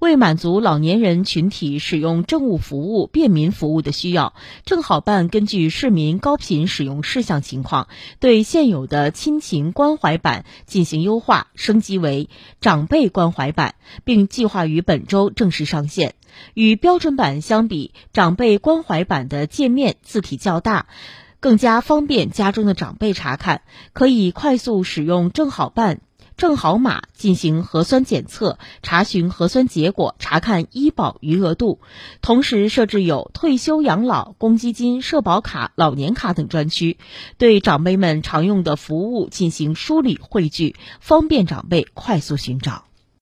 为满足老年人群体使用政务服务、便民服务的需要，正好办根据市民高频使用事项情况，对现有的亲情关怀版进行优化，升级为长辈关怀版，并计划于本周正式上线。与标准版相比，长辈关怀版的界面字体较大，更加方便家中的长辈查看，可以快速使用正好码进行核酸检测，查询核酸结果，查看医保余额度。同时设置有退休养老、公积金、社保卡、老年卡等专区，对长辈们常用的服务进行梳理汇聚，方便长辈快速寻找。